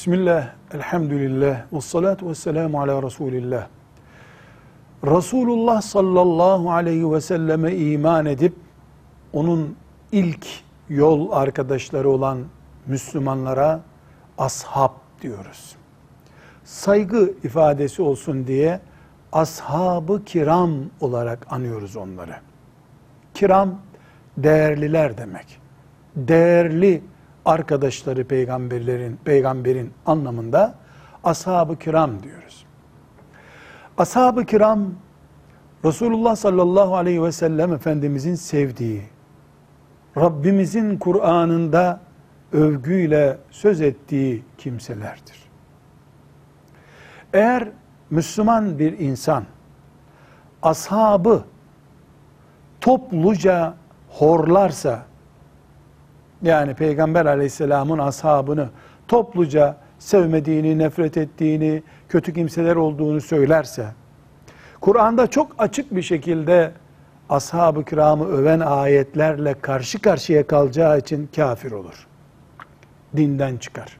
Bismillah, elhamdülillah, ve salatu ve selamu ala Resulillah. Resulullah sallallahu aleyhi ve selleme iman edip, onun ilk yol arkadaşları olan Müslümanlara ashab diyoruz. Saygı ifadesi olsun diye ashab-ı kiram olarak anıyoruz onları. Kiram, değerliler demek. Değerli arkadaşları peygamberin anlamında ashab-ı kiram diyoruz. Ashab-ı kiram, Resulullah sallallahu aleyhi ve sellem Efendimizin sevdiği, Rabbimizin Kur'an'ında övgüyle söz ettiği kimselerdir. Eğer Müslüman bir insan, ashabı topluca horlarsa, yani Peygamber aleyhisselamın ashabını topluca sevmediğini, nefret ettiğini, kötü kimseler olduğunu söylerse, Kur'an'da çok açık bir şekilde ashab-ı kiramı öven ayetlerle karşı karşıya kalacağı için kafir olur. Dinden çıkar.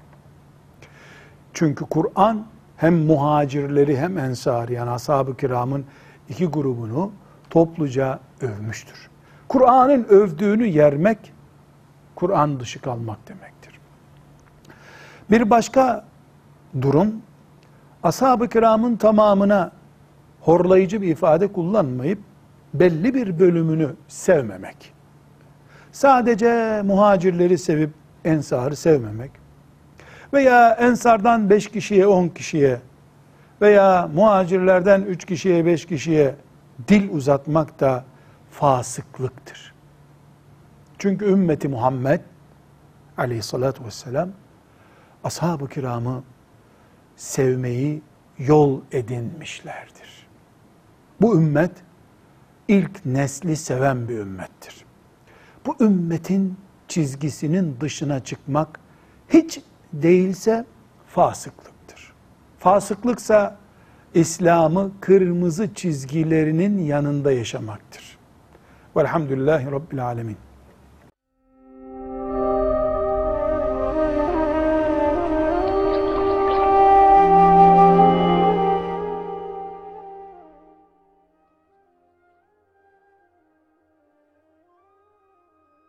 Çünkü Kur'an hem muhacirleri hem ensari, yani ashab-ı kiramın iki grubunu topluca övmüştür. Kur'an'ın övdüğünü yermek, Kur'an dışı kalmak demektir. Bir başka durum, ashab-ı kiramın tamamına horlayıcı bir ifade kullanmayıp, belli bir bölümünü sevmemek. Sadece muhacirleri sevip ensarı sevmemek veya ensardan 5 kişiye 10 kişiye veya muhacirlerden 3 kişiye 5 kişiye dil uzatmak da fasıklıktır. Çünkü ümmeti Muhammed aleyhissalatü vesselam ashab-ı kiramı sevmeyi yol edinmişlerdir. Bu ümmet ilk nesli seven bir ümmettir. Bu ümmetin çizgisinin dışına çıkmak hiç değilse fasıklıktır. Fasıklıksa İslam'ı kırmızı çizgilerinin yanında yaşamaktır. Velhamdülillahi Rabbil alemin.